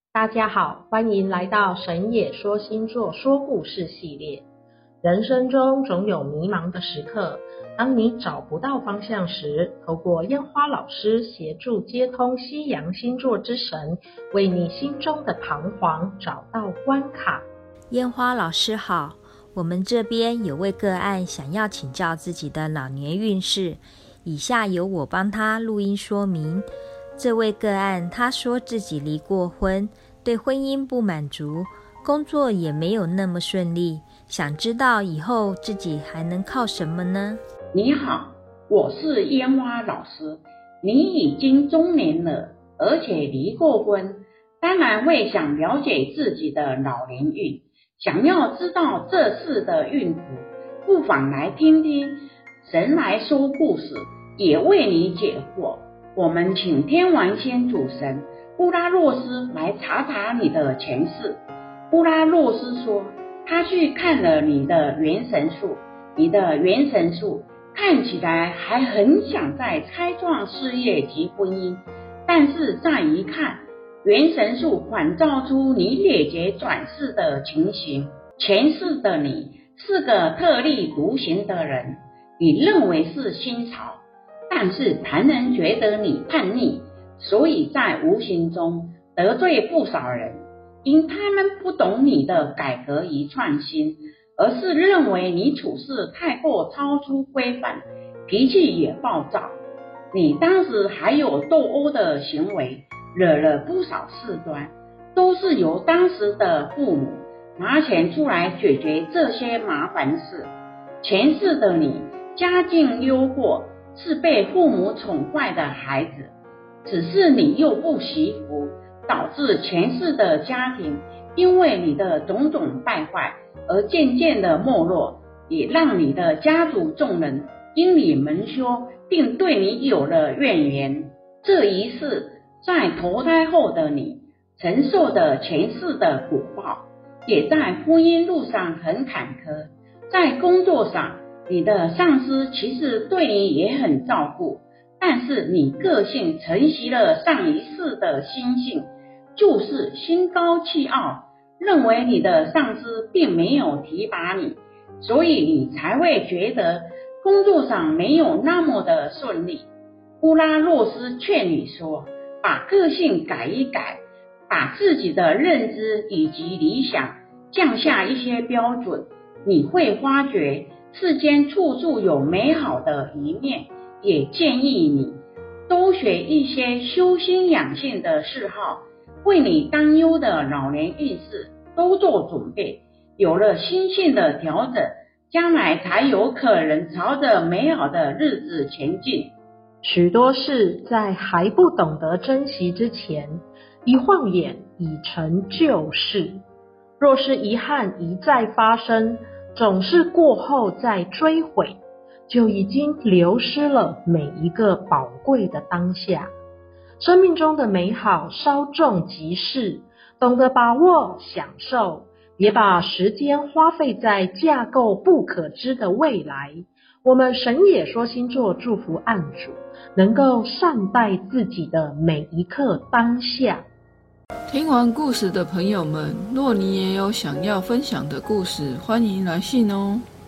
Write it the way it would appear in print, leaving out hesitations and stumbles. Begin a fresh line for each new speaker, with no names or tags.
大家好，欢迎来到神野说星座说故事系列。人生中总有迷茫的时刻，当你找不到方向时，透过烟花老师协助接通西洋星座之神，为你心中的彷徨找到关卡。
烟花老师好，我们这边有位个案想要请教自己的老年运势，以下由我帮他录音说明。这位个案他说自己离过婚，对婚姻不满足，工作也没有那么顺利，想知道以后自己还能靠什么呢？
你好，我是烟花老师。你已经中年了，而且离过婚，当然会想了解自己的老年运，想要知道这次的运途，不妨来听听神来说故事，也为你解惑。我们请天王星主神乌拉诺斯来查查你的前世。乌拉诺斯说，他去看了你的元神数，你的元神数看起来还很想再开创事业及婚姻，但是再一看，元神数反照出你列劫转世的情形。前世的你是个特立独行的人，你认为是新潮，但是旁人觉得你叛逆，所以在无形中得罪不少人，因他们不懂你的改革与创新，而是认为你处事太过超出规范，脾气也暴躁。你当时还有斗殴的行为，惹了不少事端，都是由当时的父母拿钱出来解决这些麻烦事。前世的你家境优渥，是被父母宠坏的孩子，只是你又不惜福，导致前世的家庭因为你的种种败坏而渐渐的没落，也让你的家族众人因你蒙羞，并对你有了怨言。这一世在投胎后的你承受着前世的果报，也在婚姻路上很坎坷。在工作上，你的上司其实对你也很照顾，但是你个性承袭了上一世的心性，就是心高气傲，认为你的上司并没有提拔你，所以你才会觉得工作上没有那么的顺利。乌拉诺斯劝你说，把个性改一改，把自己的认知以及理想降下一些标准，你会发觉世间处处有美好的一面。也建议你多学一些修心养性的嗜好，为你担忧的老年运势都做准备。有了心性的调整，将来才有可能朝着美好的日子前进。
许多事在还不懂得珍惜之前，一晃眼已成旧事。若是遗憾一再发生，总是过后再追悔，就已经流失了每一个宝贵的当下。生命中的美好稍纵即逝，懂得把握享受，别把时间花费在架构不可知的未来。我们神野说星座祝福案主能够善待自己的每一刻当下。
听完故事的朋友们，若你也有想要分享的故事，欢迎来信哦。